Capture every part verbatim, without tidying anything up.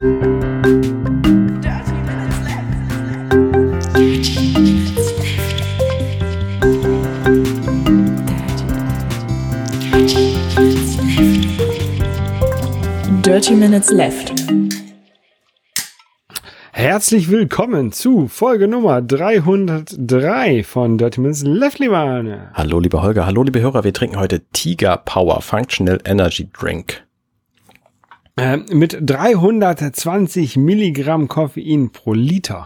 Dirty Minutes Left. Herzlich willkommen zu Folge Nummer dreihundertdrei von Dirty Minutes Left, lieber Arne. Hallo, lieber Holger. Hallo, liebe Hörer. Wir trinken heute Tiger Power Functional Energy Drink. Äh, mit dreihundertzwanzig Milligramm Koffein pro Liter.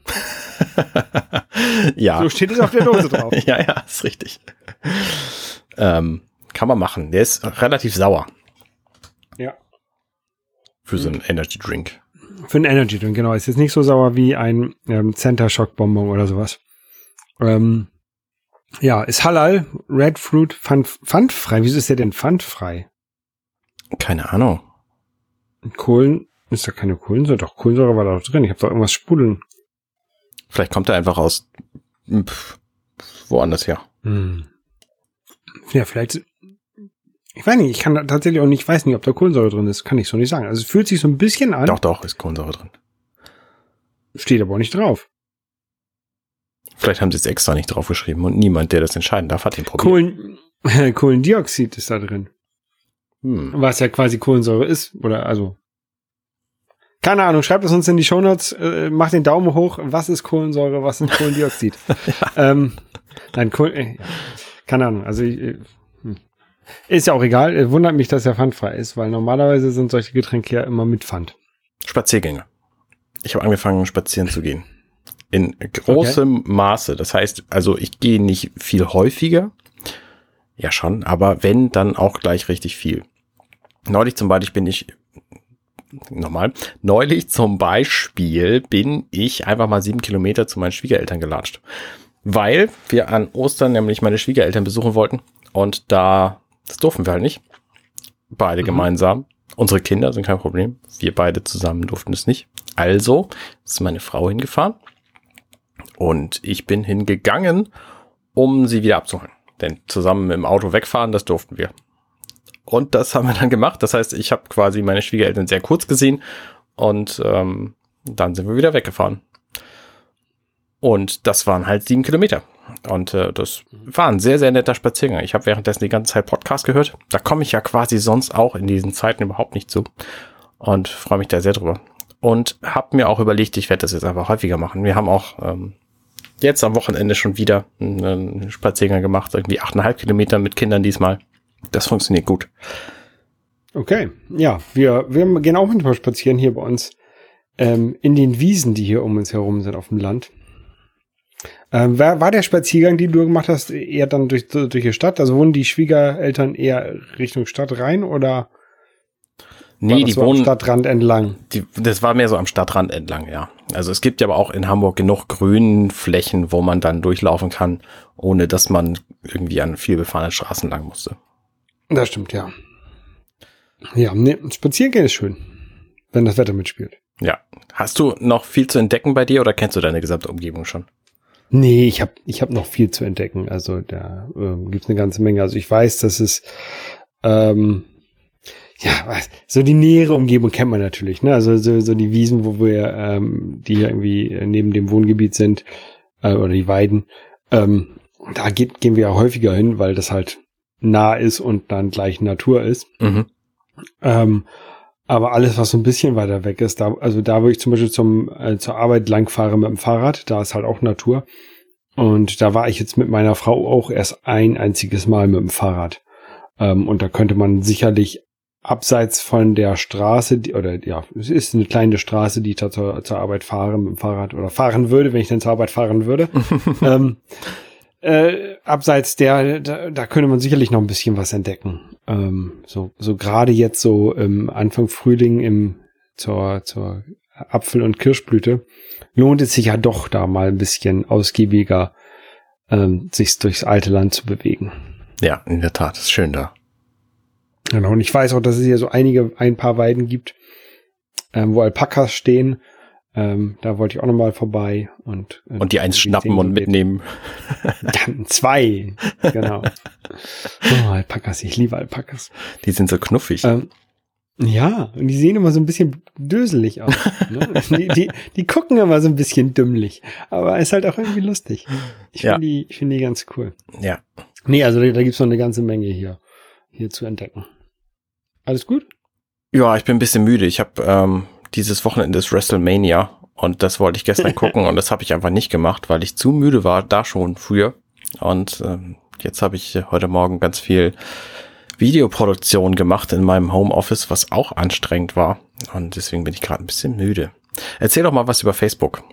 Ja. So steht es auf der Dose drauf. Ja, ja, ist richtig. Ähm, kann man machen. Der ist relativ sauer. Ja. Für so einen Energy Drink. Für einen Energy Drink, genau. Ist jetzt nicht so sauer wie ein ähm, Center Shock Bonbon oder sowas. Ähm, ja, ist halal, Red Fruit, Pfand, pfandfrei. Wieso ist der denn pfandfrei? Keine Ahnung. Kohlen, ist da keine Kohlensäure? Doch, Kohlensäure war da doch drin. Ich habe doch irgendwas sprudeln. Vielleicht kommt er einfach aus pff, woanders her. Hm. Ja, vielleicht... Ich weiß nicht, ich kann tatsächlich auch nicht, weiß nicht, ob da Kohlensäure drin ist. Kann ich so nicht sagen. Also es fühlt sich so ein bisschen an. Doch, doch, ist Kohlensäure drin. Steht aber auch nicht drauf. Vielleicht haben sie es extra nicht draufgeschrieben und niemand, der das entscheiden darf, hat den probiert. Kohlen, Kohlendioxid ist da drin. Hm. Was ja quasi Kohlensäure ist. Oder also. Keine Ahnung, schreibt es uns in die Shownotes. Äh, macht den Daumen hoch. Was ist Kohlensäure, was ist Kohlendioxid? ja. ähm, nein, Kohl, äh, ja. Keine Ahnung. Also ich, äh, hm. Ist ja auch egal. Wundert mich, dass er pfandfrei ist, weil normalerweise sind solche Getränke ja immer mit Pfand. Spaziergänge. Ich habe angefangen, spazieren zu gehen. In großem okay. Maße. Das heißt, also ich gehe nicht viel häufiger. Ja schon, aber wenn, dann auch gleich richtig viel. Neulich zum Beispiel bin ich, nochmal, neulich zum Beispiel bin ich einfach mal sieben Kilometer zu meinen Schwiegereltern gelatscht. Weil wir an Ostern nämlich meine Schwiegereltern besuchen wollten und da das durften wir halt nicht. Beide mhm. gemeinsam. Unsere Kinder sind kein Problem. Wir beide zusammen durften es nicht. Also ist meine Frau hingefahren. Und ich bin hingegangen, um sie wieder abzuholen. Denn zusammen im Auto wegfahren, das durften wir. Und das haben wir dann gemacht. Das heißt, ich habe quasi meine Schwiegereltern sehr kurz gesehen. Und ähm, dann sind wir wieder weggefahren. Und das waren halt sieben Kilometer. Und äh, das war ein sehr, sehr netter Spaziergang. Ich habe währenddessen die ganze Zeit Podcast gehört. Da komme ich ja quasi sonst auch in diesen Zeiten überhaupt nicht zu. Und freue mich da sehr drüber. Und habe mir auch überlegt, ich werde das jetzt einfach häufiger machen. Wir haben auch ähm, jetzt am Wochenende schon wieder einen Spaziergang gemacht. Irgendwie achteinhalb Kilometer mit Kindern diesmal. Das funktioniert gut. Okay, ja, wir, wir gehen auch manchmal spazieren hier bei uns ähm, in den Wiesen, die hier um uns herum sind auf dem Land. Ähm, war, war der Spaziergang, den du gemacht hast, eher dann durch, durch die Stadt? Also wohnen die Schwiegereltern eher Richtung Stadt rein oder nee, die so wohnen am Stadtrand entlang? Die, das war mehr so am Stadtrand entlang, ja. Also es gibt ja aber auch in Hamburg genug Grünflächen, wo man dann durchlaufen kann, ohne dass man irgendwie an viel befahrenen Straßen lang musste. Das stimmt, ja. Ja, nee, Spaziergehen ist schön, wenn das Wetter mitspielt. Ja. Hast du noch viel zu entdecken bei dir oder kennst du deine gesamte Umgebung schon? Nee, ich habe ich hab noch viel zu entdecken. Also da ähm, gibt's eine ganze Menge. Also ich weiß, dass es ähm, ja, so die nähere Umgebung kennt man natürlich, ne? Also so, so die Wiesen, wo wir ähm, die hier irgendwie neben dem Wohngebiet sind äh, oder die Weiden, ähm, da geht, gehen wir ja häufiger hin, weil das halt nah ist und dann gleich Natur ist. Mhm. Ähm, aber alles, was so ein bisschen weiter weg ist, da, also da, wo ich zum Beispiel zum, äh, zur Arbeit langfahre mit dem Fahrrad, da ist halt auch Natur. Und da war ich jetzt mit meiner Frau auch erst ein einziges Mal mit dem Fahrrad. Ähm, und da könnte man sicherlich abseits von der Straße, die, oder ja, es ist eine kleine Straße, die ich da zur, zur Arbeit fahre mit dem Fahrrad oder fahren würde, wenn ich dann zur Arbeit fahren würde. ähm, äh, abseits der, da, da könnte man sicherlich noch ein bisschen was entdecken. Ähm, so, so gerade jetzt so im Anfang Frühling im, zur, zur Apfel- und Kirschblüte lohnt es sich ja doch da mal ein bisschen ausgiebiger, ähm, sich durchs alte Land zu bewegen. Ja, in der Tat, ist schön da. Genau, und ich weiß auch, dass es hier so einige, ein paar Weiden gibt, ähm, wo Alpakas stehen. Ähm, da wollte ich auch nochmal vorbei. Und, und die eins schnappen und mitnehmen. Dann zwei, genau. Oh, Alpakas, ich liebe Alpakas. Die sind so knuffig. Ähm, Ja, und die sehen immer so ein bisschen döselig aus. Ne? die, die, die gucken immer so ein bisschen dümmlich. Aber ist halt auch irgendwie lustig. Ich finde Ja. die, ich finde die ganz cool. Ja. Nee, also da, da gibt's noch eine ganze Menge hier, hier zu entdecken. Alles gut? Ja, ich bin ein bisschen müde. Ich habe ähm, dieses Wochenende ist WrestleMania und das wollte ich gestern gucken und das habe ich einfach nicht gemacht, weil ich zu müde war, da schon früher. Und ähm, jetzt habe ich heute Morgen ganz viel Videoproduktion gemacht in meinem Homeoffice, was auch anstrengend war. Und deswegen bin ich gerade ein bisschen müde. Erzähl doch mal was über Facebook.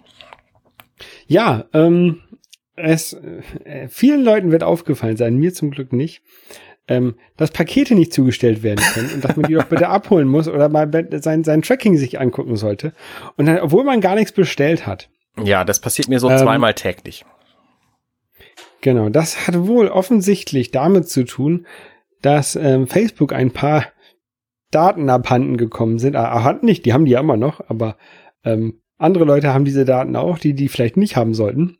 Ja, ähm, es äh, vielen Leuten wird aufgefallen sein, mir zum Glück nicht, ähm, dass Pakete nicht zugestellt werden können und dass man die doch bitte abholen muss oder mal sein, sein Tracking sich angucken sollte. Und dann, obwohl man gar nichts bestellt hat. Ja, das passiert mir so Ähm, zweimal täglich. Genau, das hat wohl offensichtlich damit zu tun, dass ähm, Facebook ein paar Daten abhanden gekommen sind. Ah, hat nicht, die haben die ja immer noch, aber ähm, andere Leute haben diese Daten auch, die die vielleicht nicht haben sollten.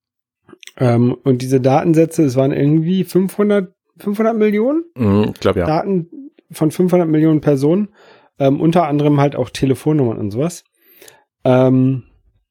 Ähm, und diese Datensätze, es waren irgendwie fünfhundert Millionen Mhm, ich glaube ja. Daten von fünfhundert Millionen Personen, ähm, unter anderem halt auch Telefonnummern und sowas. Ähm,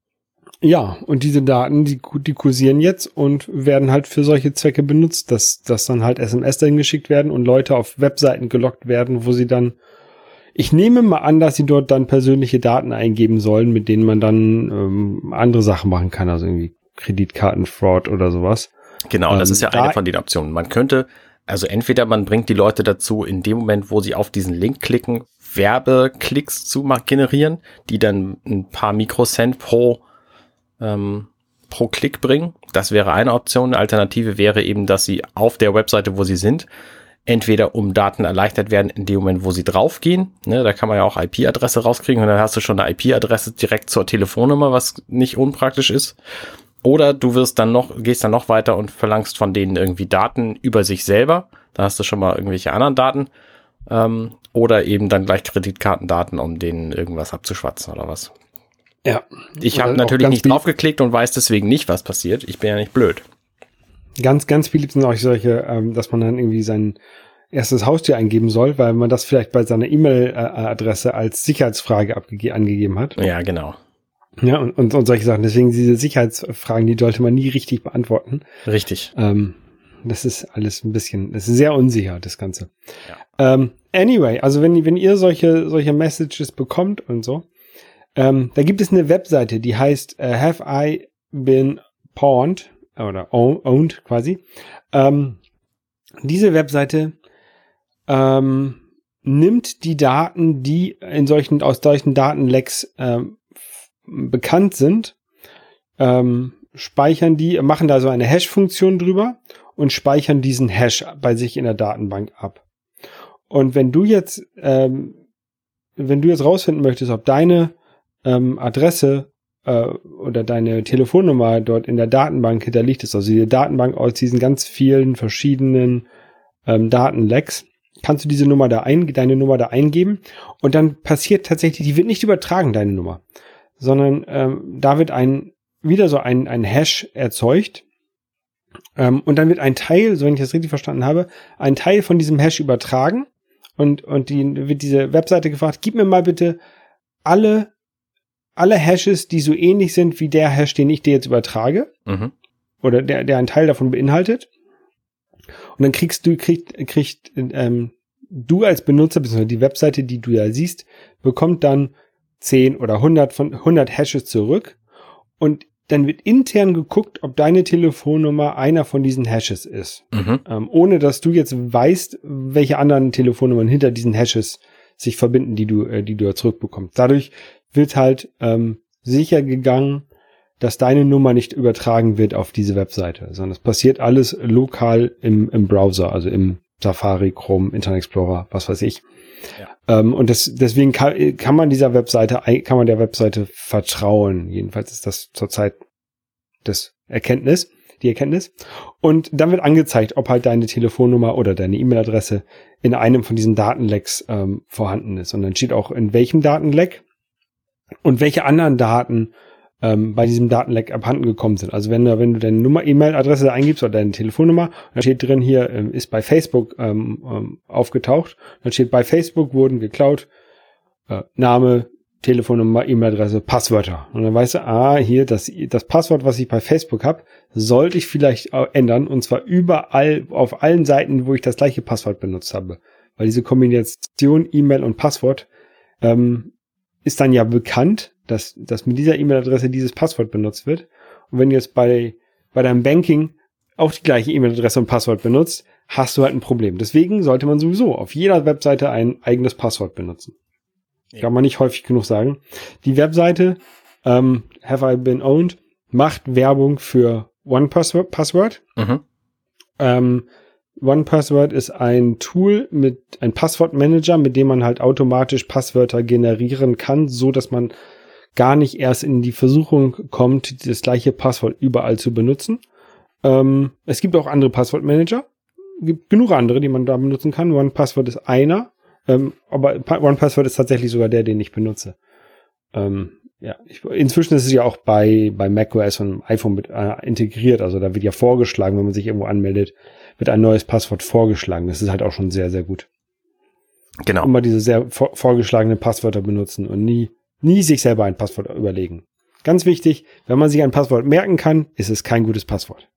ja, und diese Daten, die, die kursieren jetzt und werden halt für solche Zwecke benutzt, dass, dass dann halt S M S dahin geschickt werden und Leute auf Webseiten gelockt werden, wo sie dann, ich nehme mal an, dass sie dort dann persönliche Daten eingeben sollen, mit denen man dann ähm, andere Sachen machen kann, also irgendwie Kreditkartenfraud oder sowas. Genau, das Ähm, ist ja da- eine von den Optionen. Man könnte, also entweder man bringt die Leute dazu, in dem Moment, wo sie auf diesen Link klicken, Werbeklicks zu ma- generieren, die dann ein paar Mikrocent pro, ähm, pro Klick bringen. Das wäre eine Option. Eine Alternative wäre eben, dass sie auf der Webseite, wo sie sind, entweder um Daten erleichtert werden in dem Moment, wo sie draufgehen. Ne, da kann man ja auch I P-Adresse rauskriegen und dann hast du schon eine I P-Adresse direkt zur Telefonnummer, was nicht unpraktisch ist. Oder du wirst dann noch, gehst dann noch weiter und verlangst von denen irgendwie Daten über sich selber. Da hast du schon mal irgendwelche anderen Daten. Ähm, oder eben dann gleich Kreditkartendaten, um denen irgendwas abzuschwatzen oder was. Ja. Ich Oder habe auch natürlich ganz nicht beliebt- draufgeklickt und weiß deswegen nicht, was passiert. Ich bin ja nicht blöd. Ganz, ganz beliebt sind auch solche, ähm, dass man dann irgendwie sein erstes Haustier eingeben soll, weil man das vielleicht bei seiner E-Mail-Adresse als Sicherheitsfrage abgege- angegeben hat. Ja, genau. Ja, und, und, und solche Sachen. Deswegen diese Sicherheitsfragen, die sollte man nie richtig beantworten. Richtig. Ähm, das ist alles ein bisschen, das ist sehr unsicher, das Ganze. Ja. Ähm, anyway, also wenn, wenn ihr solche, solche Messages bekommt und so, ähm, da gibt es eine Webseite, die heißt äh, Have I Been Pawned oder Owned quasi. Ähm, diese Webseite ähm, nimmt die Daten, die in solchen, aus solchen Datenlecks ähm, bekannt sind, ähm, speichern die, machen da so eine Hash-Funktion drüber und speichern diesen Hash bei sich in der Datenbank ab. Und wenn du jetzt, ähm, wenn du jetzt rausfinden möchtest, ob deine ähm, Adresse äh, oder deine Telefonnummer dort in der Datenbank hinterlegt ist, also die Datenbank aus diesen ganz vielen verschiedenen ähm, Datenlecks, kannst du diese Nummer da ein, deine Nummer da eingeben und dann passiert tatsächlich, die wird nicht übertragen, deine Nummer, sondern ähm, da wird ein wieder so ein, ein Hash erzeugt ähm, und dann wird ein Teil, so wenn ich das richtig verstanden habe, ein Teil von diesem Hash übertragen und, und die wird diese Webseite gefragt, gib mir mal bitte alle, alle Hashes, die so ähnlich sind wie der Hash, den ich dir jetzt übertrage Mhm. oder der, der einen Teil davon beinhaltet. Und dann kriegst du, kriegt, kriegt ähm, du als Benutzer, beziehungsweise die Webseite, die du ja siehst, bekommt dann zehn oder hundert von hundert Hashes zurück und dann wird intern geguckt, ob deine Telefonnummer einer von diesen Hashes ist. Mhm. Ähm, ohne dass du jetzt weißt, welche anderen Telefonnummern hinter diesen Hashes sich verbinden, die du, äh, die du ja zurückbekommst. Dadurch wird halt ähm, sicher gegangen, dass deine Nummer nicht übertragen wird auf diese Webseite, sondern es passiert alles lokal im, im Browser, also im Safari, Chrome, Internet Explorer, was weiß ich. Ja. Ähm, und das, deswegen kann, kann man dieser Webseite, kann man der Webseite vertrauen. Jedenfalls ist das zurzeit das Erkenntnis, die Erkenntnis. Und dann wird angezeigt, ob halt deine Telefonnummer oder deine E-Mail-Adresse in einem von diesen Datenlecks ähm, vorhanden ist. Und dann steht auch, in welchem Datenleck und welche anderen Daten ähm, bei diesem Datenleck abhanden gekommen sind. Also wenn du, wenn du deine Nummer, E-Mail-Adresse eingibst oder deine Telefonnummer, dann steht drin hier, ähm, ist bei Facebook ähm, ähm, aufgetaucht, dann steht bei Facebook wurden geklaut äh, Name, Telefonnummer, E-Mail-Adresse, Passwörter. Und dann weißt du, ah, hier, das, das Passwort, was ich bei Facebook habe, sollte ich vielleicht ändern. Und zwar überall, auf allen Seiten, wo ich das gleiche Passwort benutzt habe. Weil diese Kombination E-Mail und Passwort ähm, ist dann ja bekannt, dass, dass mit dieser E-Mail-Adresse dieses Passwort benutzt wird. Und wenn du jetzt bei, bei deinem Banking auch die gleiche E-Mail-Adresse und Passwort benutzt, hast du halt ein Problem. Deswegen sollte man sowieso auf jeder Webseite ein eigenes Passwort benutzen. Ja. Kann man nicht häufig genug sagen. Die Webseite ähm, Have I Been Owned macht Werbung für OnePassword. Mhm. Ähm, OnePassword ist ein Tool mit ein Passwortmanager, mit dem man halt automatisch Passwörter generieren kann, so dass man gar nicht erst in die Versuchung kommt, das gleiche Passwort überall zu benutzen. Ähm, es gibt auch andere Passwortmanager. Gibt genug andere, die man da benutzen kann. OnePassword ist einer. Ähm, aber OnePassword ist tatsächlich sogar der, den ich benutze. Ähm, ja, ich, inzwischen ist es ja auch bei, bei macOS und iPhone mit äh, integriert. Also da wird ja vorgeschlagen, wenn man sich irgendwo anmeldet, wird ein neues Passwort vorgeschlagen. Das ist halt auch schon sehr, sehr gut. Genau. Immer diese sehr vor, vorgeschlagenen Passwörter benutzen und nie, nie sich selber ein Passwort überlegen. Ganz wichtig, wenn man sich ein Passwort merken kann, ist es kein gutes Passwort.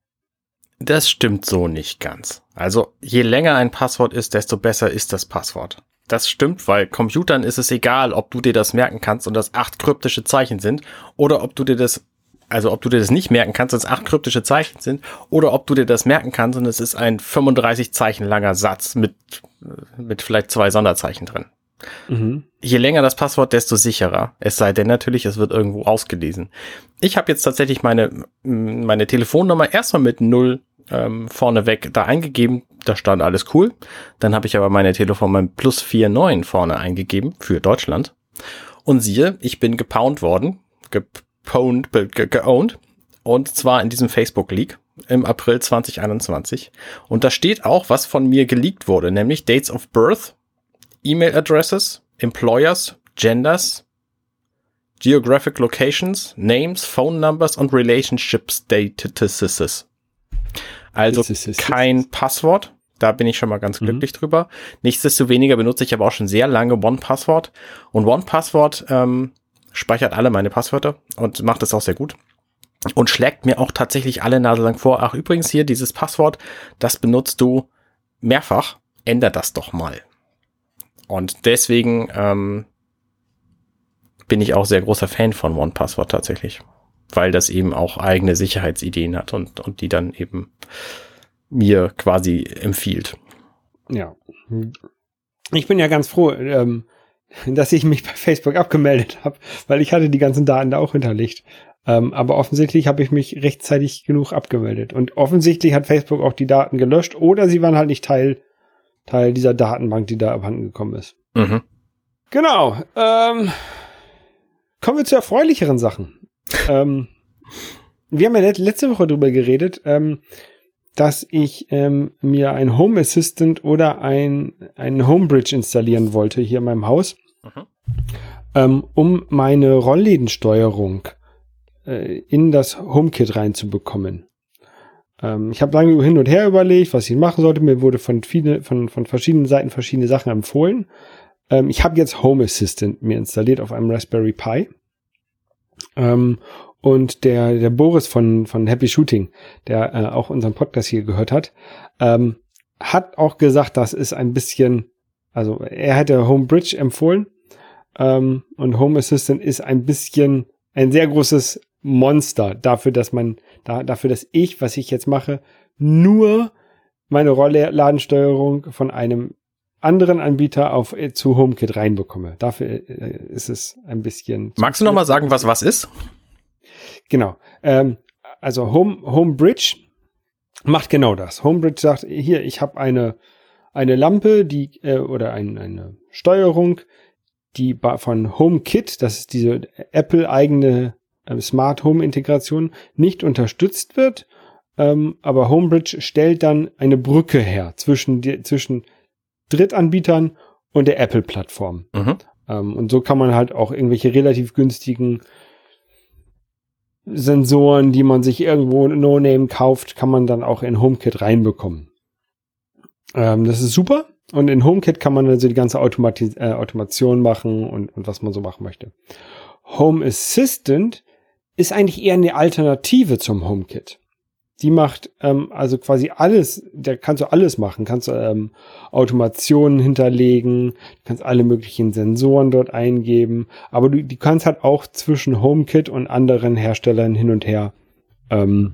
Das stimmt so nicht ganz. Also je länger ein Passwort ist, desto besser ist das Passwort. Das stimmt, weil Computern ist es egal, ob du dir das merken kannst und das acht kryptische Zeichen sind oder ob du dir das, also ob du dir das nicht merken kannst und es acht kryptische Zeichen sind oder ob du dir das merken kannst und es ist ein fünfunddreißig Zeichen langer Satz mit, mit vielleicht zwei Sonderzeichen drin. Mhm. Je länger das Passwort, desto sicherer. Es sei denn natürlich, es wird irgendwo ausgelesen. Ich habe jetzt tatsächlich meine, meine Telefonnummer erstmal mit null ähm, vorneweg da eingegeben. Da stand alles cool. Dann habe ich aber meine Telefonnummer plus vier neun vorne eingegeben für Deutschland. Und siehe, ich bin gepound worden, gepound, ge- geowned. Und zwar in diesem Facebook-Leak im April zwanzig einundzwanzig. Und da steht auch, was von mir geleakt wurde, nämlich Dates of Birth, E-Mail-Addresses, Employers, Genders, Geographic Locations, Names, Phone Numbers und Relationship Statuses. Also kein Passwort. Da bin ich schon mal ganz glücklich mhm. drüber. Nichtsdestoweniger benutze ich aber auch schon sehr lange OnePassword. Und OnePassword ähm, speichert alle meine Passwörter und macht das auch sehr gut. Und schlägt mir auch tatsächlich alle Nase lang vor, ach übrigens hier, dieses Passwort, das benutzt du mehrfach. Änder das doch mal. Und deswegen ähm, bin ich auch sehr großer Fan von OnePassword tatsächlich. Weil das eben auch eigene Sicherheitsideen hat und, und die dann eben mir quasi empfiehlt. Ja. Ich bin ja ganz froh, ähm, dass ich mich bei Facebook abgemeldet habe, weil ich hatte die ganzen Daten da auch hinterlegt. Ähm, aber offensichtlich habe ich mich rechtzeitig genug abgemeldet. Und offensichtlich hat Facebook auch die Daten gelöscht oder sie waren halt nicht Teil, Teil dieser Datenbank, die da abhanden gekommen ist. Mhm. Genau. Ähm, kommen wir zu erfreulicheren Sachen. ähm, wir haben ja letzte Woche drüber geredet, ähm, dass ich ähm, mir ein Home Assistant oder ein, ein Homebridge installieren wollte hier in meinem Haus, mhm. ähm, um meine Rolllädensteuerung äh, in das HomeKit reinzubekommen. Ähm, ich habe lange hin und her überlegt, was ich machen sollte. Mir wurde von, viele, von, von verschiedenen Seiten verschiedene Sachen empfohlen. Ähm, ich habe jetzt Home Assistant mir installiert auf einem Raspberry Pi. Ähm, und der, der Boris von, von Happy Shooting, der äh, auch unseren Podcast hier gehört hat, ähm, hat auch gesagt, das ist ein bisschen, also er hätte Homebridge empfohlen, ähm, und Home Assistant ist ein bisschen ein sehr großes Monster dafür, dass man, da, dafür, dass ich, was ich jetzt mache, nur meine Rollladensteuerung von einem anderen Anbieter auf äh, zu HomeKit reinbekomme. Dafür äh, ist es ein bisschen. Magst du noch mal sagen, was was ist? Genau. Ähm, also Home Homebridge macht genau das. Homebridge sagt, hier, ich habe eine eine Lampe, die äh, oder ein, eine Steuerung, die von HomeKit, das ist diese Apple-eigene äh, Smart Home Integration, nicht unterstützt wird. Ähm, aber Homebridge stellt dann eine Brücke her zwischen die, zwischen Drittanbietern und der Apple-Plattform. Mhm. Ähm, und so kann man halt auch irgendwelche relativ günstigen Sensoren, die man sich irgendwo No-Name kauft, kann man dann auch in HomeKit reinbekommen. Ähm, das ist super. Und in HomeKit kann man also die ganze Automati- äh, Automation machen und, und was man so machen möchte. Home Assistant ist eigentlich eher eine Alternative zum HomeKit. Die macht ähm, also quasi alles, da kannst du alles machen. Kannst du ähm, Automationen hinterlegen, kannst alle möglichen Sensoren dort eingeben, aber du die kannst halt auch zwischen HomeKit und anderen Herstellern hin und her ähm,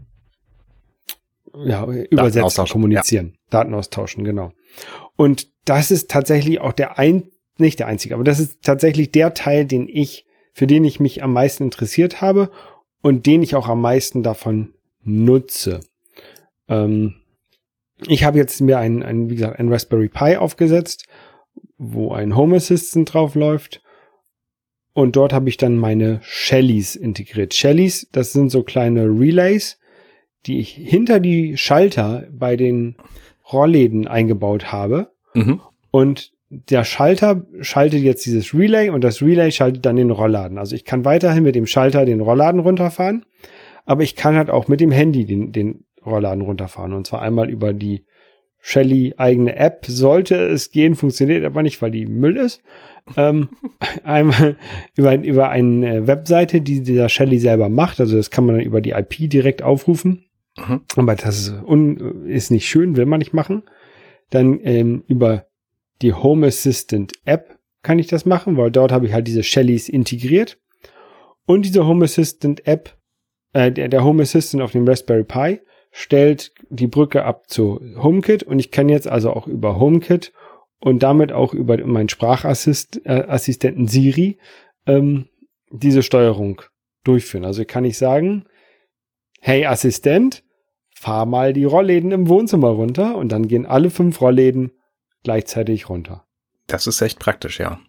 ja, übersetzen, kommunizieren, ja. Daten austauschen, genau. Und das ist tatsächlich auch der ein, nicht der einzige, aber das ist tatsächlich der Teil, den ich, für den ich mich am meisten interessiert habe und den ich auch am meisten davon nutze. Ähm, ich habe jetzt mir ein, ein, wie gesagt, ein Raspberry Pi aufgesetzt, wo ein Home Assistant drauf läuft. Und dort habe ich dann meine Shellys integriert. Shellys, das sind so kleine Relays, die ich hinter die Schalter bei den Rollläden eingebaut habe. Mhm. Und der Schalter schaltet jetzt dieses Relay und das Relay schaltet dann den Rollladen. Also ich kann weiterhin mit dem Schalter den Rollladen runterfahren. Aber ich kann halt auch mit dem Handy den, den Rollladen runterfahren. Und zwar einmal über die Shelly eigene App. Sollte es gehen, funktioniert aber nicht, weil die Müll ist. Ähm, einmal über, über eine Webseite, die dieser Shelly selber macht. Also das kann man dann über die I P direkt aufrufen. Mhm. Aber das ist, un, ist nicht schön, will man nicht machen. Dann ähm, über die Home Assistant App kann ich das machen, weil dort habe ich halt diese Shellys integriert. Und diese Home Assistant App Der, der Home Assistant auf dem Raspberry Pi stellt die Brücke ab zu HomeKit und ich kann jetzt also auch über HomeKit und damit auch über meinen Sprachassistenten äh, Siri ähm, diese Steuerung durchführen. Also kann ich sagen, hey Assistent, fahr mal die Rollläden im Wohnzimmer runter und dann gehen alle fünf Rollläden gleichzeitig runter. Das ist echt praktisch, ja.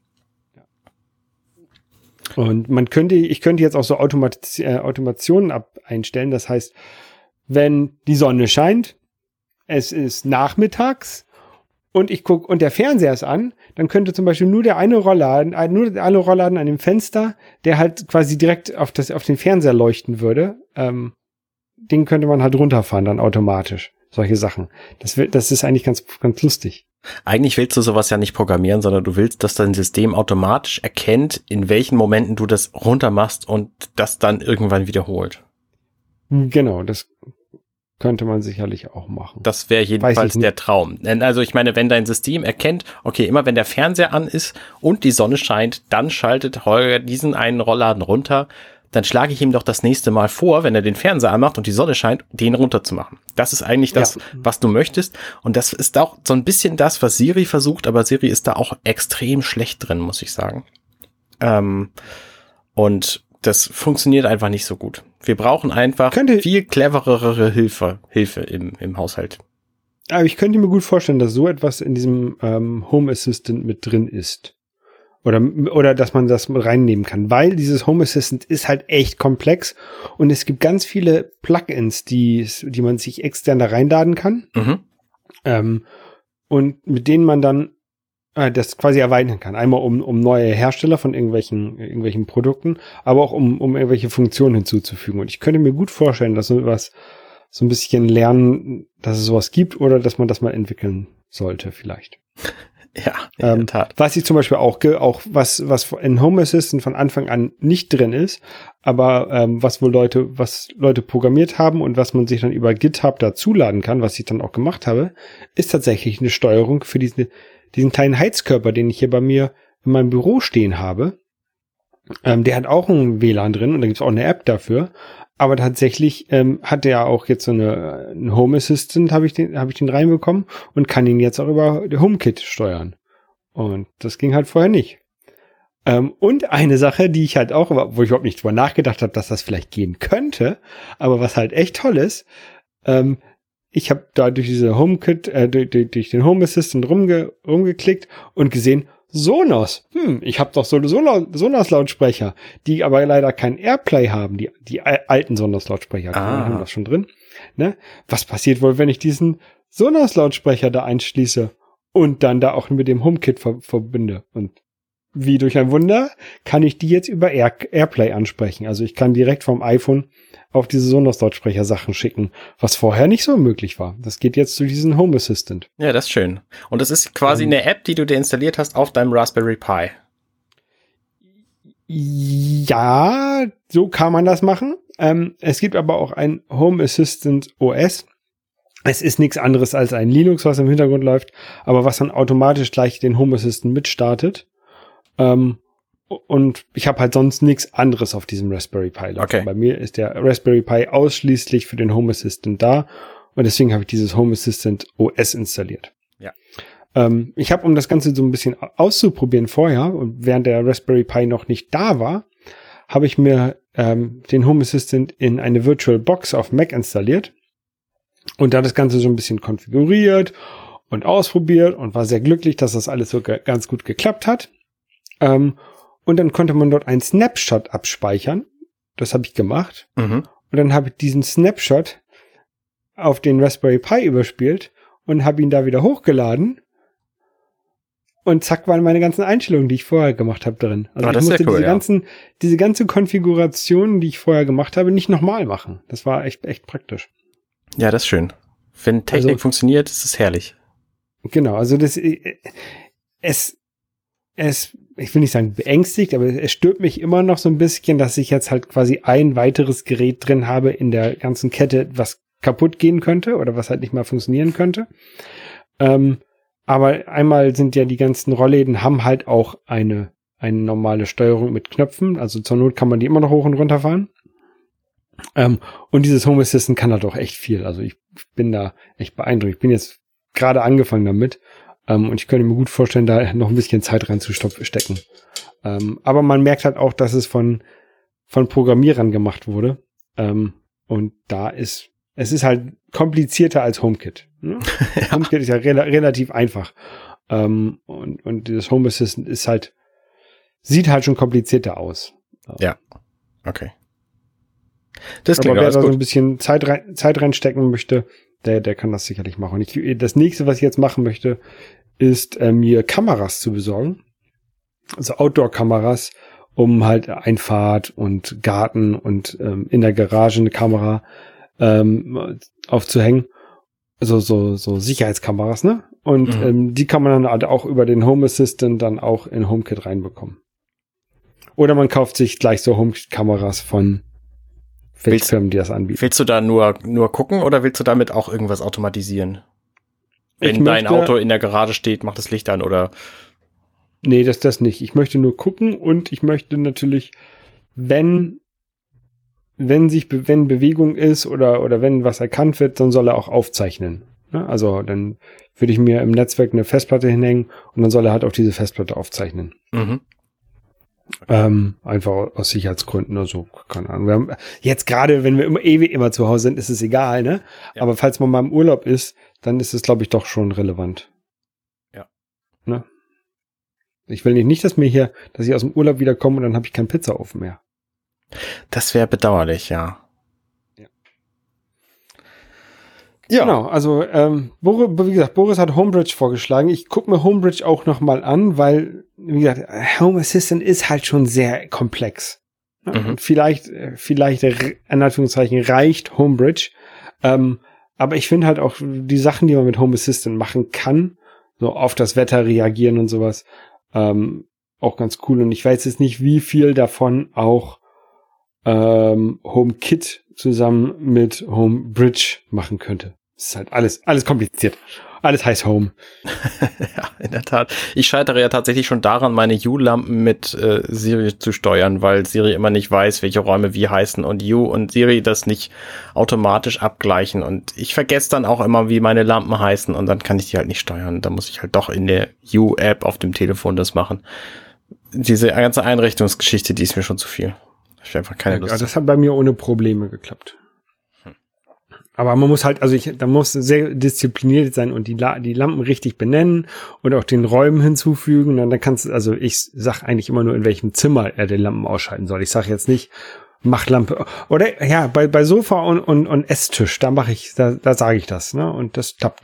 Und man könnte, ich könnte jetzt auch so Automat- äh, Automationen ab einstellen. Das heißt, wenn die Sonne scheint, es ist nachmittags und ich gucke und der Fernseher ist an, dann könnte zum Beispiel nur der eine Rollladen, äh, nur der eine Rollladen an dem Fenster, der halt quasi direkt auf das, auf den Fernseher leuchten würde, ähm, den könnte man halt runterfahren dann automatisch. Solche Sachen. Das wird, das ist eigentlich ganz, ganz lustig. Eigentlich willst du sowas ja nicht programmieren, sondern du willst, dass dein System automatisch erkennt, in welchen Momenten du das runter machst und das dann irgendwann wiederholt. Genau, das könnte man sicherlich auch machen. Das wäre jedenfalls der Traum. Also ich meine, wenn dein System erkennt, okay, immer wenn der Fernseher an ist und die Sonne scheint, dann schaltet Holger diesen einen Rollladen runter, dann schlage ich ihm doch das nächste Mal vor, wenn er den Fernseher anmacht und die Sonne scheint, den runterzumachen. Das ist eigentlich das, ja. was du möchtest. Und das ist auch so ein bisschen das, was Siri versucht, aber Siri ist da auch extrem schlecht drin, muss ich sagen. Ähm, und das funktioniert einfach nicht so gut. Wir brauchen einfach könnte, viel cleverere Hilfe, Hilfe im, im Haushalt. Aber ich könnte mir gut vorstellen, dass so etwas in diesem ähm, Home Assistant mit drin ist. Oder, oder dass man das mit reinnehmen kann, weil dieses Home Assistant ist halt echt komplex und es gibt ganz viele Plugins, die, die man sich extern da reinladen kann, mhm. ähm, und mit denen man dann äh, das quasi erweitern kann. Einmal um, um neue Hersteller von irgendwelchen, irgendwelchen Produkten, aber auch um, um irgendwelche Funktionen hinzuzufügen. Und ich könnte mir gut vorstellen, dass so was, so ein bisschen lernen, dass es sowas gibt oder dass man das mal entwickeln sollte vielleicht. Ja, in ähm, der Tat. Was ich zum Beispiel auch, auch was, was in Home Assistant von Anfang an nicht drin ist, aber ähm, was wohl Leute, was Leute programmiert haben und was man sich dann über GitHub dazuladen kann, was ich dann auch gemacht habe, ist tatsächlich eine Steuerung für diesen, diesen kleinen Heizkörper, den ich hier bei mir in meinem Büro stehen habe. Ähm, der hat auch ein W L A N drin und da gibt's auch eine App dafür. Aber tatsächlich ähm, hat der auch jetzt so eine einen Home Assistant, habe ich den habe ich den reinbekommen und kann ihn jetzt auch über HomeKit steuern. Und das ging halt vorher nicht. Ähm, und eine Sache, die ich halt auch, wo ich überhaupt nicht drüber nachgedacht habe, dass das vielleicht gehen könnte, aber was halt echt toll ist, ähm, ich habe da durch diese HomeKit, äh, durch, durch den Home Assistant rumge, rumgeklickt und gesehen, Sonos, hm, ich habe doch so Sonos-Lautsprecher, die aber leider kein Airplay haben, die die alten Sonos-Lautsprecher, die ah. haben das schon drin. Ne? Was passiert wohl, wenn ich diesen Sonos-Lautsprecher da einschließe und dann da auch mit dem HomeKit ver- verbinde? Und wie durch ein Wunder, kann ich die jetzt über Air, Airplay ansprechen. Also ich kann direkt vom iPhone auf diese Sonos-Lautsprecher Sachen schicken, was vorher nicht so möglich war. Das geht jetzt zu diesem Home Assistant. Ja, das ist schön. Und das ist quasi um, eine App, die du dir installiert hast auf deinem Raspberry Pi. Ja, so kann man das machen. Ähm, es gibt aber auch ein Home Assistant O S. Es ist nichts anderes als ein Linux, was im Hintergrund läuft, aber was dann automatisch gleich den Home Assistant mitstartet. Ähm, und ich habe halt sonst nichts anderes auf diesem Raspberry Pi laufen. Okay. Bei mir ist der Raspberry Pi ausschließlich für den Home Assistant da und deswegen habe ich dieses Home Assistant O S installiert. Ja. Ähm, ich habe, um das Ganze so ein bisschen auszuprobieren vorher und während der Raspberry Pi noch nicht da war, habe ich mir ähm, den Home Assistant in eine Virtual Box auf Mac installiert und da das Ganze so ein bisschen konfiguriert und ausprobiert und war sehr glücklich, dass das alles so ge- ganz gut geklappt hat. Ähm, und dann konnte man dort einen Snapshot abspeichern. Das habe ich gemacht. Mhm. Und dann habe ich diesen Snapshot auf den Raspberry Pi überspielt und habe ihn da wieder hochgeladen. Und zack waren meine ganzen Einstellungen, die ich vorher gemacht habe, drin. Also oh, ich das musste ist ja cool, diese ja. ganzen, diese ganze Konfiguration, die ich vorher gemacht habe, nicht nochmal machen. Das war echt, echt praktisch. Ja, das ist schön. Wenn Technik Also, funktioniert, ist es herrlich. Genau, also das, es, es, ich will nicht sagen beängstigt, aber es stört mich immer noch so ein bisschen, dass ich jetzt halt quasi ein weiteres Gerät drin habe in der ganzen Kette, was kaputt gehen könnte oder was halt nicht mal funktionieren könnte. Ähm, aber einmal sind ja die ganzen Rollläden haben halt auch eine, eine normale Steuerung mit Knöpfen, also zur Not kann man die immer noch hoch und runter fahren. Ähm, und dieses Home Assistant kann halt auch echt viel, also ich bin da echt beeindruckt. Ich bin jetzt gerade angefangen damit. Um, und ich könnte mir gut vorstellen, da noch ein bisschen Zeit reinzustecken. Um, aber man merkt halt auch, dass es von, von Programmierern gemacht wurde. Um, und da ist, es ist halt komplizierter als HomeKit. Ne? Ja. HomeKit ist ja re- relativ einfach. Um, und, und dieses Home Assistant ist halt, sieht halt schon komplizierter aus. Ja. Okay. Das klingt aber wer da gut. so ein bisschen Zeit, rein, Zeit reinstecken möchte, der, der kann das sicherlich machen. Und ich, das nächste, was ich jetzt machen möchte, ist äh, mir Kameras zu besorgen. Also Outdoor-Kameras, um halt Einfahrt und Garten und ähm, in der Garage eine Kamera ähm, aufzuhängen. Also so, so Sicherheitskameras, ne? Und mhm. ähm, die kann man dann halt auch über den Home Assistant dann auch in HomeKit reinbekommen. Oder man kauft sich gleich so HomeKit-Kameras von Firmen, die das anbieten. Willst du da nur, nur gucken oder willst du damit auch irgendwas automatisieren? Wenn ich dein möchte, Auto in der Garage steht, macht das Licht an oder? Nee, das, das nicht. Ich möchte nur gucken und ich möchte natürlich, wenn, wenn sich, wenn Bewegung ist oder, oder wenn was erkannt wird, dann soll er auch aufzeichnen. Ne? Also, dann würde ich mir im Netzwerk eine Festplatte hinhängen und dann soll er halt auch diese Festplatte aufzeichnen. Mhm. Ähm, einfach aus Sicherheitsgründen oder so, keine Ahnung. Wir haben, jetzt gerade, wenn wir immer ewig immer zu Hause sind, ist es egal, ne? Ja. Aber falls man mal im Urlaub ist, dann ist es, glaube ich, doch schon relevant. Ja. Ne? Ich will nicht, nicht, dass mir hier, dass ich aus dem Urlaub wiederkomme und dann habe ich keinen Pizzaofen mehr. Das wäre bedauerlich, ja. Ja. Ja. Genau, also ähm, Boris, wie gesagt, Boris hat Homebridge vorgeschlagen. Ich gucke mir Homebridge auch noch mal an, weil, wie gesagt, Home Assistant ist halt schon sehr komplex. Mhm. Und vielleicht, vielleicht in Anführungszeichen reicht Homebridge. Ähm, aber ich finde halt auch die Sachen, die man mit Home Assistant machen kann, so auf das Wetter reagieren und sowas, ähm, auch ganz cool. Und ich weiß jetzt nicht, wie viel davon auch ähm, HomeKit zusammen mit Homebridge machen könnte. Das ist halt alles, alles kompliziert. Alles heißt Home. Ja, in der Tat. Ich scheitere ja tatsächlich schon daran, meine Hue-Lampen mit äh, Siri zu steuern, weil Siri immer nicht weiß, welche Räume wie heißen und Hue und Siri das nicht automatisch abgleichen. Und ich vergesse dann auch immer, wie meine Lampen heißen und dann kann ich die halt nicht steuern. Da muss ich halt doch in der Hue-App auf dem Telefon das machen. Diese ganze Einrichtungsgeschichte, die ist mir schon zu viel. Ich habe einfach keine ja, Lust. Das hat bei mir ohne Probleme geklappt. Aber man muss halt, also ich, da muss sehr diszipliniert sein und die, La- die Lampen richtig benennen und auch den Räumen hinzufügen. Und dann kannst du, also ich sag eigentlich immer nur, in welchem Zimmer er die Lampen ausschalten soll. Ich sag jetzt nicht, mach Lampe. Oder ja, bei, bei Sofa und, und, und Esstisch, da mache ich, da, da sage ich das, ne? Und das klappt auch.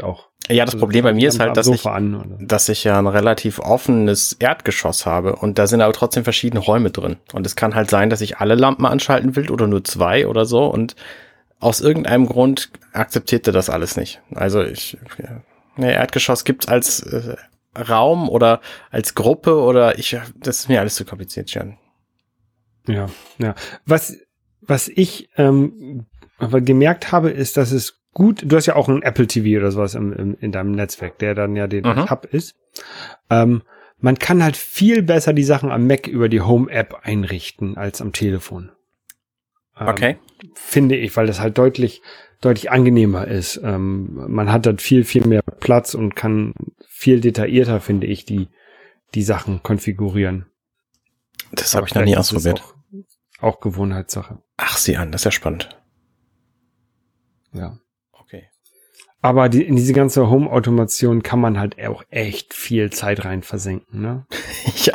Ja, das also, Problem bei mir ist halt, dass ich, an, dass ich ja ein relativ offenes Erdgeschoss habe und da sind aber trotzdem verschiedene Räume drin. Und es kann halt sein, dass ich alle Lampen anschalten will oder nur zwei oder so und aus irgendeinem Grund akzeptierte das alles nicht. Also ich, ja, ne, Erdgeschoss gibt's als äh, Raum oder als Gruppe oder ich, das ist mir alles zu kompliziert, Jan. Ja, ja. Was, was ich ähm, aber gemerkt habe, ist, dass es gut, du hast ja auch ein Apple T V oder sowas im, im, in deinem Netzwerk, der dann ja den mhm. Hub ist. Ähm, man kann halt viel besser die Sachen am Mac über die Home-App einrichten als am Telefon. Ähm, okay. Finde ich, weil das halt deutlich, deutlich angenehmer ist. Ähm, man hat dort viel, viel mehr Platz und kann viel detaillierter, finde ich, die, die Sachen konfigurieren. Das habe ich noch nie ausprobiert. Auch, auch Gewohnheitssache. Ach, sieh an, das ist ja spannend. Ja. Okay. Aber die, in diese ganze Home-Automation kann man halt auch echt viel Zeit rein versenken, ne? Ja.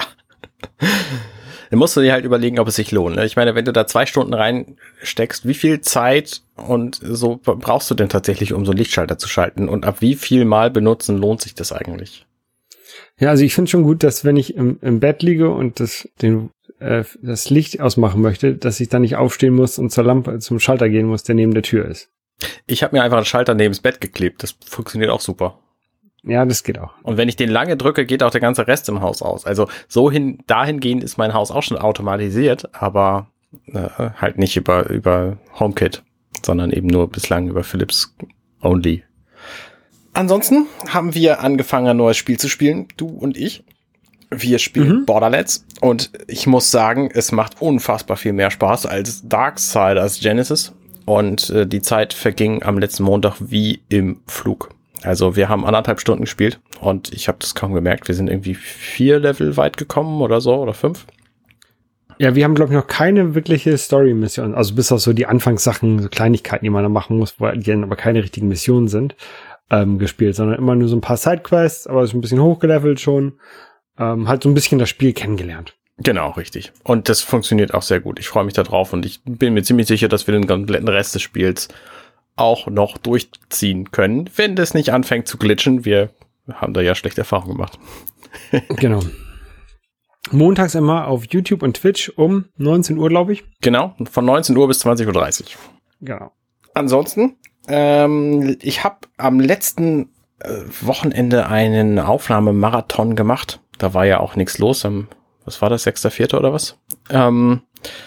Dann musst du dir halt überlegen, ob es sich lohnt. Ne? Ich meine, wenn du da zwei Stunden reinsteckst, wie viel Zeit und so brauchst du denn tatsächlich, um so einen Lichtschalter zu schalten? Und ab wie viel Mal benutzen lohnt sich das eigentlich? Ja, also ich finde schon gut, dass wenn ich im, im Bett liege und das, den, äh, das Licht ausmachen möchte, dass ich dann nicht aufstehen muss und zur Lampe, zum Schalter gehen muss, der neben der Tür ist. Ich habe mir einfach einen Schalter neben das Bett geklebt. Das funktioniert auch super. Ja, das geht auch. Und wenn ich den lange drücke, geht auch der ganze Rest im Haus aus. Also so hin, dahingehend ist mein Haus auch schon automatisiert, aber äh, halt nicht über über HomeKit, sondern eben nur bislang über Philips Only. Ansonsten haben wir angefangen, ein neues Spiel zu spielen, du und ich. Wir spielen mhm. Borderlands und ich muss sagen, es macht unfassbar viel mehr Spaß als Darksiders Genesis. Und äh, die Zeit verging am letzten Montag wie im Flug. Also wir haben anderthalb Stunden gespielt und ich habe das kaum gemerkt. Wir sind irgendwie vier Level weit gekommen oder so oder fünf. Ja, wir haben, glaube ich, noch keine wirkliche Story-Mission. Also bis auf so die Anfangssachen, so Kleinigkeiten, die man da machen muss, die dann aber keine richtigen Missionen sind, ähm, gespielt, sondern immer nur so ein paar Sidequests, aber so ein bisschen hochgelevelt schon. Ähm, halt so ein bisschen das Spiel kennengelernt. Genau, richtig. Und das funktioniert auch sehr gut. Ich freue mich da drauf und ich bin mir ziemlich sicher, dass wir den kompletten Rest des Spiels auch noch durchziehen können, wenn das nicht anfängt zu glitschen. Wir haben da ja schlechte Erfahrungen gemacht. Genau. Montags immer auf YouTube und Twitch um neunzehn Uhr, glaube ich. Genau, von neunzehn Uhr bis zwanzig Uhr dreißig. Genau. Ansonsten, ähm, ich habe am letzten äh, Wochenende einen Aufnahmemarathon gemacht. Da war ja auch nichts los. Am, was war das, sechster vierter oder was? Ähm,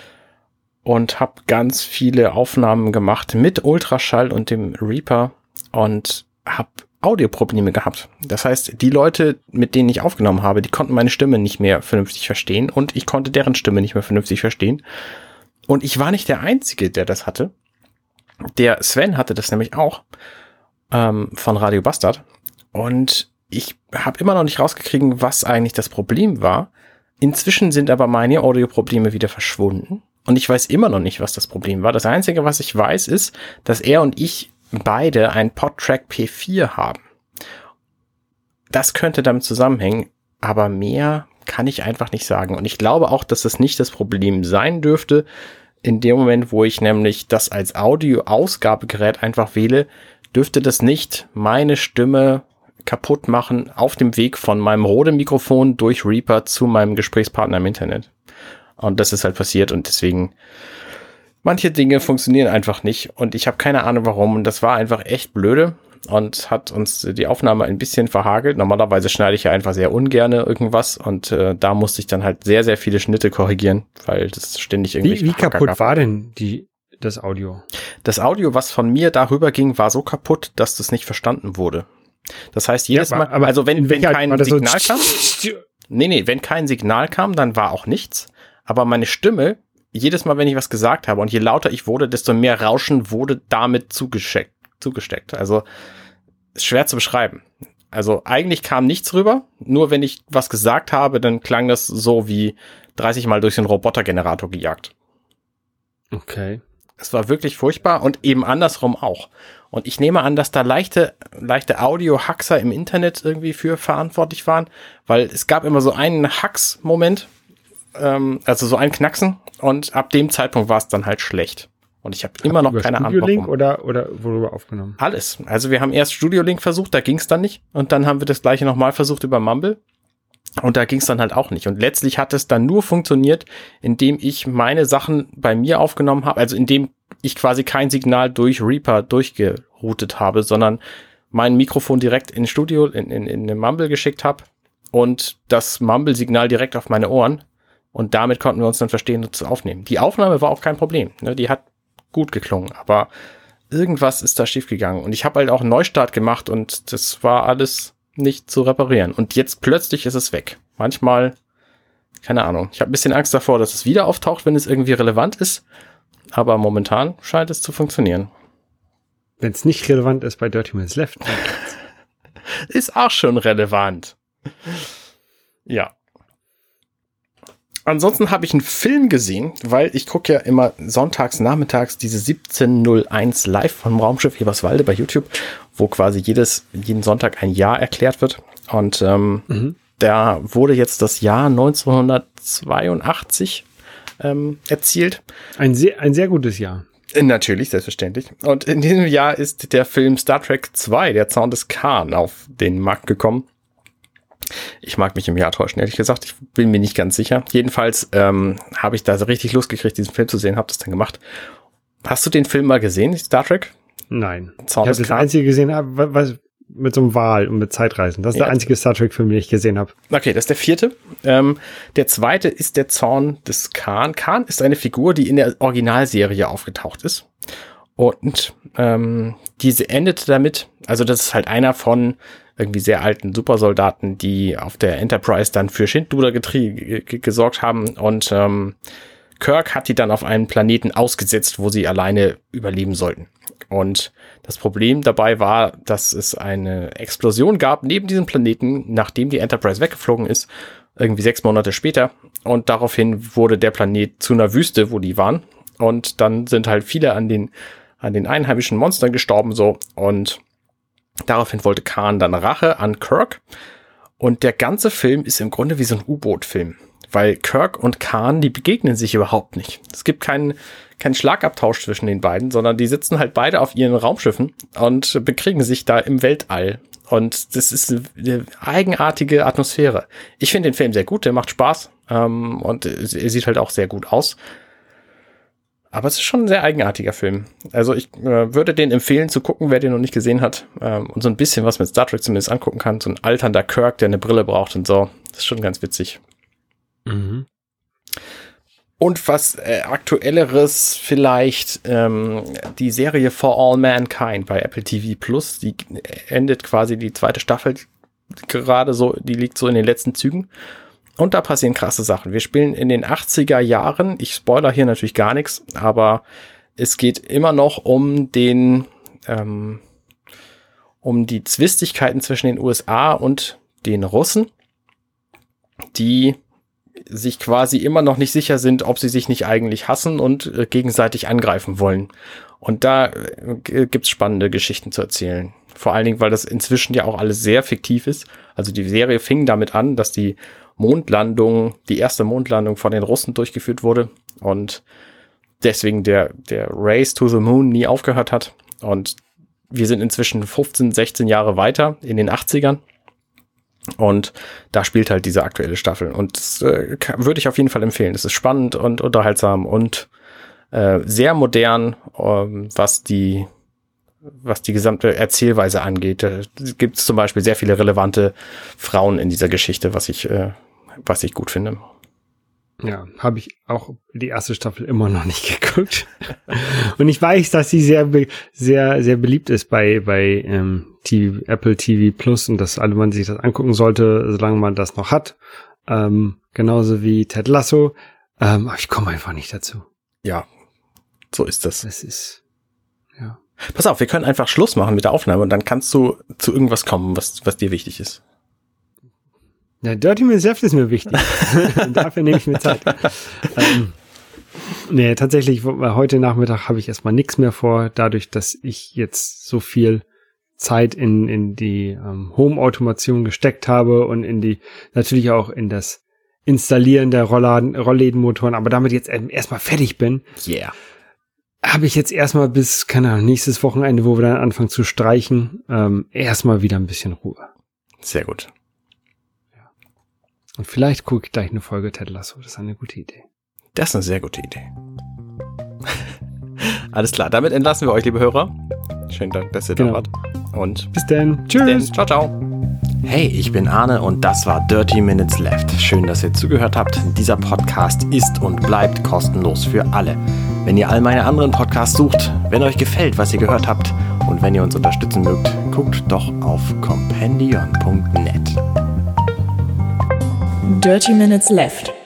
und habe ganz viele Aufnahmen gemacht mit Ultraschall und dem Reaper und habe Audioprobleme gehabt. Das heißt, die Leute, mit denen ich aufgenommen habe, die konnten meine Stimme nicht mehr vernünftig verstehen und ich konnte deren Stimme nicht mehr vernünftig verstehen. Und ich war nicht der Einzige, der das hatte. Der Sven hatte das nämlich auch ähm, von Radio Bastard. Und ich habe immer noch nicht rausgekriegt, was eigentlich das Problem war. Inzwischen sind aber meine Audioprobleme wieder verschwunden. Und ich weiß immer noch nicht, was das Problem war. Das Einzige, was ich weiß, ist, dass er und ich beide ein PodTrack P vier haben. Das könnte damit zusammenhängen, aber mehr kann ich einfach nicht sagen. Und ich glaube auch, dass das nicht das Problem sein dürfte. In dem Moment, wo ich nämlich das als Audio-Ausgabegerät einfach wähle, dürfte das nicht meine Stimme kaputt machen auf dem Weg von meinem Rode-Mikrofon durch Reaper zu meinem Gesprächspartner im Internet. Und das ist halt passiert und deswegen, manche Dinge funktionieren einfach nicht und ich habe keine Ahnung warum und das war einfach echt blöde und hat uns die Aufnahme ein bisschen verhagelt. Normalerweise schneide ich ja einfach sehr ungerne irgendwas und äh, da musste ich dann halt sehr, sehr viele Schnitte korrigieren, weil das ständig irgendwie... Wie, wie kaputt gab. war denn die, das Audio? Das Audio, was von mir darüber ging, war so kaputt, dass das nicht verstanden wurde. Das heißt, jedes ja, aber, Mal, aber also wenn, wenn kein Signal so kam... Nee, nee, wenn kein Signal kam, dann war auch nichts. Aber meine Stimme, jedes Mal, wenn ich was gesagt habe und je lauter ich wurde, desto mehr Rauschen wurde damit zugesteckt. zugesteckt. Also ist schwer zu beschreiben. Also eigentlich kam nichts rüber, nur wenn ich was gesagt habe, dann klang das so wie dreißig Mal durch den Robotergenerator gejagt. Okay. Es war wirklich furchtbar und eben andersrum auch. Und ich nehme an, dass da leichte, leichte Audio-Haxer im Internet irgendwie für verantwortlich waren, weil es gab immer so einen Hax-Moment, also so ein Knacksen und ab dem Zeitpunkt war es dann halt schlecht. Und ich habe immer noch keine Ahnung, warum. Studio Link oder, oder worüber aufgenommen? Alles. Also wir haben erst Studio Link versucht, da ging es dann nicht. Und dann haben wir das gleiche nochmal versucht über Mumble. Und da ging es dann halt auch nicht. Und letztlich hat es dann nur funktioniert, indem ich meine Sachen bei mir aufgenommen habe. Also indem ich quasi kein Signal durch Reaper durchgeroutet habe, sondern mein Mikrofon direkt in Studio, in, in, in eine Mumble geschickt habe. Und das Mumble-Signal direkt auf meine Ohren. Und damit konnten wir uns dann verstehen und aufnehmen. Die Aufnahme war auch kein Problem. Ne? Die hat gut geklungen, aber irgendwas ist da schiefgegangen. Und ich habe halt auch einen Neustart gemacht und das war alles nicht zu reparieren. Und jetzt plötzlich ist es weg. Manchmal, keine Ahnung. Ich habe ein bisschen Angst davor, dass es wieder auftaucht, wenn es irgendwie relevant ist. Aber momentan scheint es zu funktionieren. Wenn es nicht relevant ist bei Dirty Minutes Left. Ist auch schon relevant. Ja. Ansonsten habe ich einen Film gesehen, weil ich gucke ja immer sonntags nachmittags diese siebzehn null eins live vom Raumschiff Eberswalde bei YouTube, wo quasi jedes jeden Sonntag ein Jahr erklärt wird. Und ähm, mhm. da wurde jetzt das Jahr neunzehnhundertzweiundachtzig ähm, erzielt. Ein sehr, ein sehr gutes Jahr. Natürlich, selbstverständlich. Und in diesem Jahr ist der Film Star Trek zwei, der Zorn des Khan, auf den Markt gekommen. Ich mag mich im Jahr täuschen, ehrlich gesagt. Ich bin mir nicht ganz sicher. Jedenfalls ähm, habe ich da so richtig Lust gekriegt, diesen Film zu sehen, habe das dann gemacht. Hast du den Film mal gesehen, Star Trek? Nein. Zorn ich habe das einzige gesehen, was mit so einem Wal und mit Zeitreisen. Das ist ja der einzige Star Trek-Film, den ich gesehen habe. Okay, das ist der vierte. Ähm, der zweite ist der Zorn des Khan. Khan ist eine Figur, die in der Originalserie aufgetaucht ist. Und ähm, diese endete damit, also das ist halt einer von irgendwie sehr alten Supersoldaten, die auf der Enterprise dann für Schindluder getrie- g- gesorgt haben. Und ähm, Kirk hat die dann auf einen Planeten ausgesetzt, wo sie alleine überleben sollten. Und das Problem dabei war, dass es eine Explosion gab neben diesem Planeten, nachdem die Enterprise weggeflogen ist, irgendwie sechs Monate später. Und daraufhin wurde der Planet zu einer Wüste, wo die waren. Und dann sind halt viele an den, an den einheimischen Monstern gestorben, so. Und daraufhin wollte Khan dann Rache an Kirk. Und der ganze Film ist im Grunde wie so ein U-Boot-Film. Weil Kirk und Khan, die begegnen sich überhaupt nicht. Es gibt keinen, keinen Schlagabtausch zwischen den beiden, sondern die sitzen halt beide auf ihren Raumschiffen und bekriegen sich da im Weltall. Und das ist eine eigenartige Atmosphäre. Ich finde den Film sehr gut, der macht Spaß. Ähm, und er sieht halt auch sehr gut aus. Aber es ist schon ein sehr eigenartiger Film. Also ich äh, würde den empfehlen zu gucken, wer den noch nicht gesehen hat. Ähm, und so ein bisschen was mit Star Trek zumindest angucken kann. So ein alternder Kirk, der eine Brille braucht und so. Das ist schon ganz witzig. Mhm. Und was äh, aktuelleres vielleicht, ähm, die Serie For All Mankind bei Apple T V Plus, die endet quasi die zweite Staffel gerade so, die liegt so in den letzten Zügen. Und da passieren krasse Sachen. Wir spielen in den achtziger Jahren. Ich spoiler hier natürlich gar nichts, aber es geht immer noch um den, ähm, um die Zwistigkeiten zwischen den U S A und den Russen, die sich quasi immer noch nicht sicher sind, ob sie sich nicht eigentlich hassen und äh, gegenseitig angreifen wollen. Und da äh, gibt's spannende Geschichten zu erzählen. Vor allen Dingen, weil das inzwischen ja auch alles sehr fiktiv ist. Also die Serie fing damit an, dass die Mondlandung, die erste Mondlandung von den Russen durchgeführt wurde und deswegen der, der Race to the Moon nie aufgehört hat. Und wir sind inzwischen fünfzehn, sechzehn Jahre weiter in den achtzigern. Und da spielt halt diese aktuelle Staffel. Und das äh, würde ich auf jeden Fall empfehlen. Es ist spannend und unterhaltsam und äh, sehr modern, ähm, was die was die gesamte Erzählweise angeht. Da gibt es zum Beispiel sehr viele relevante Frauen in dieser Geschichte, was ich äh, was ich gut finde. Ja, habe ich auch die erste Staffel immer noch nicht geguckt. Und ich weiß, dass sie sehr, sehr, sehr beliebt ist bei, bei ähm, T V, Apple T V Plus und dass alle man sich das angucken sollte, solange man das noch hat. Ähm, genauso wie Ted Lasso. Ähm, aber ich komme einfach nicht dazu. Ja, so ist das. Das ist, ja. Pass auf, wir können einfach Schluss machen mit der Aufnahme und dann kannst du zu irgendwas kommen, was, was dir wichtig ist. Ja, Dirty Minutes Left ist mir wichtig. Dafür nehme ich mir Zeit. ähm, nee, tatsächlich, heute Nachmittag habe ich erstmal nichts mehr vor, dadurch, dass ich jetzt so viel Zeit in, in die ähm, Home-Automation gesteckt habe und in die, natürlich auch in das Installieren der Rollladen, Rolllädenmotoren, aber damit jetzt erstmal fertig bin. Yeah. habe ich jetzt erstmal bis, keine Ahnung, nächstes Wochenende, wo wir dann anfangen zu streichen, ähm, erstmal wieder ein bisschen Ruhe. Sehr gut. Ja. Und vielleicht gucke ich gleich eine Folge Ted Lasso. Das ist eine gute Idee. Das ist eine sehr gute Idee. Alles klar, damit entlassen wir euch, liebe Hörer. Schönen Dank, dass ihr Genau. da wart. Und bis dann. Tschüss. Bis dann. Ciao, ciao. Hey, ich bin Arne und das war Dirty Minutes Left. Schön, dass ihr zugehört habt. Dieser Podcast ist und bleibt kostenlos für alle. Wenn ihr all meine anderen Podcasts sucht, wenn euch gefällt, was ihr gehört habt und wenn ihr uns unterstützen mögt, guckt doch auf compendion punkt net. Dirty Minutes Left.